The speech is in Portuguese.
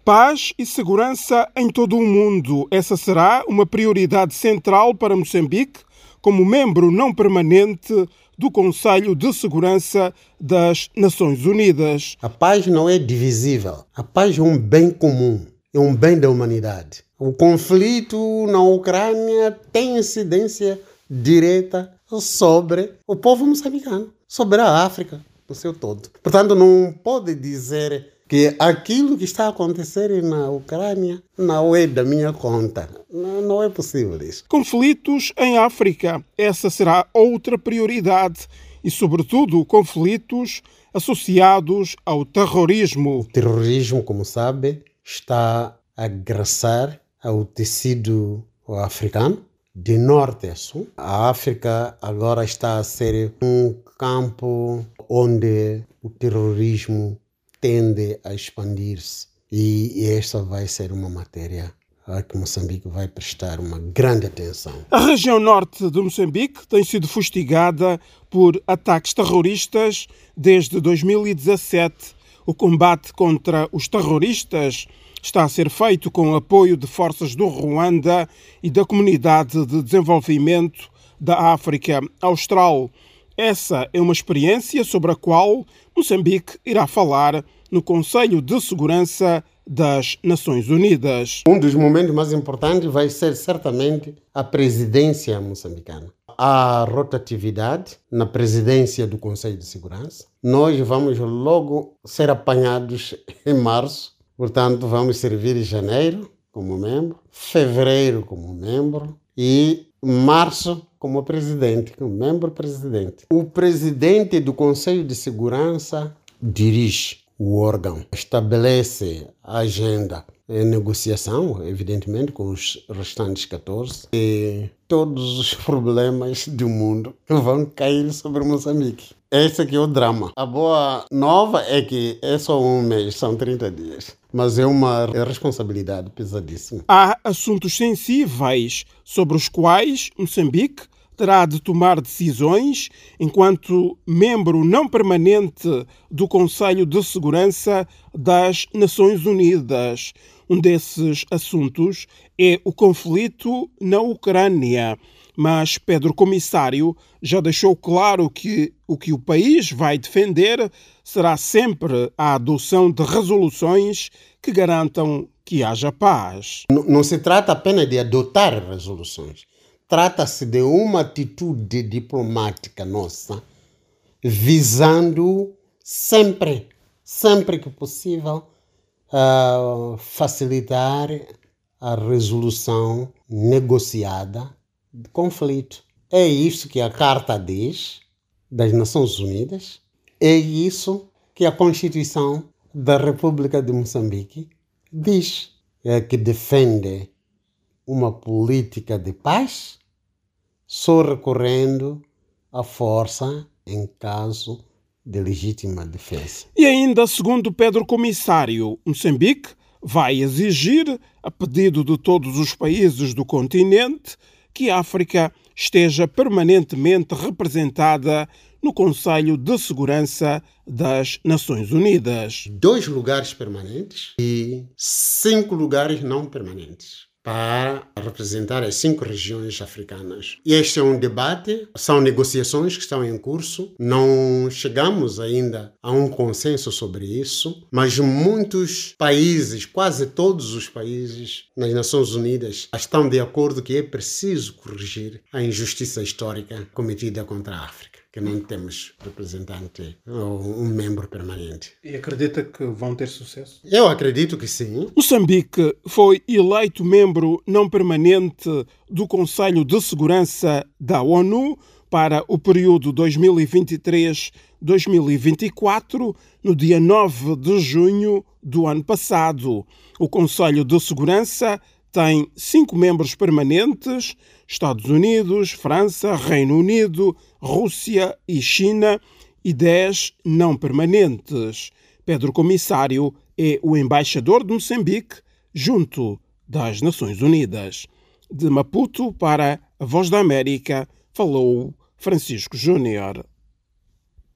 Paz e segurança em todo o mundo. Essa será uma prioridade central para Moçambique, como membro não permanente do Conselho de Segurança das Nações Unidas. A paz não é divisível. A paz é um bem comum, é um bem da humanidade. O conflito na Ucrânia tem incidência direta sobre o povo moçambicano, sobre a África no seu todo. Portanto, não pode dizer que aquilo que está a acontecer na Ucrânia não é da minha conta. Não é possível isso. Conflitos em África. Essa será outra prioridade. E, sobretudo, conflitos associados ao terrorismo. O terrorismo, como sabe, está a agressar ao tecido africano, de norte a sul. A África agora está a ser um campo onde o terrorismo tende a expandir-se, e esta vai ser uma matéria a que Moçambique vai prestar uma grande atenção. A região norte de Moçambique tem sido fustigada por ataques terroristas desde 2017. O combate contra os terroristas está a ser feito com o apoio de forças do Ruanda e da Comunidade de Desenvolvimento da África Austral. Essa é uma experiência sobre a qual Moçambique irá falar no Conselho de Segurança das Nações Unidas. Um dos momentos mais importantes vai ser certamente a presidência moçambicana. Há rotatividade na presidência do Conselho de Segurança. Nós vamos logo ser apanhados em março, portanto vamos servir em janeiro como membro, fevereiro como membro e março como presidente, como membro-presidente. O presidente do Conselho de Segurança dirige o órgão, estabelece a agenda em negociação, evidentemente, com os restantes 14, e todos os problemas do mundo vão cair sobre Moçambique. Esse aqui é o drama. A boa nova é que é só um mês, são 30 dias. Mas é uma responsabilidade pesadíssima. Há assuntos sensíveis sobre os quais Moçambique terá de tomar decisões enquanto membro não permanente do Conselho de Segurança das Nações Unidas. Um desses assuntos é o conflito na Ucrânia. Mas Pedro Comissário já deixou claro que o país vai defender será sempre a adoção de resoluções que garantam que haja paz. Não se trata apenas de adotar resoluções. Trata-se de uma atitude diplomática nossa, visando sempre que possível, facilitar a resolução negociada de conflito. É isso que a Carta diz das Nações Unidas, é isso que a Constituição da República de Moçambique diz, é que defende uma política de paz, só recorrendo à força em caso de legítima defesa. E ainda, segundo Pedro Comissário, Moçambique vai exigir, a pedido de todos os países do continente, que a África esteja permanentemente representada no Conselho de Segurança das Nações Unidas. 2 lugares permanentes e 5 lugares não permanentes, para representar as 5 regiões africanas. E este é um debate, são negociações que estão em curso, não chegamos ainda a um consenso sobre isso, mas muitos países, quase todos os países nas Nações Unidas, estão de acordo que é preciso corrigir a injustiça histórica cometida contra a África, que não temos representante ou um membro permanente. E acredita que vão ter sucesso? Eu acredito que sim. Moçambique foi eleito membro não permanente do Conselho de Segurança da ONU para o período 2023-2024, no dia 9 de junho do ano passado. O Conselho de Segurança tem 5 membros permanentes: Estados Unidos, França, Reino Unido, Rússia e China, e 10 não permanentes. Pedro Comissário é o embaixador de Moçambique junto das Nações Unidas. De Maputo para a Voz da América, falou Francisco Júnior.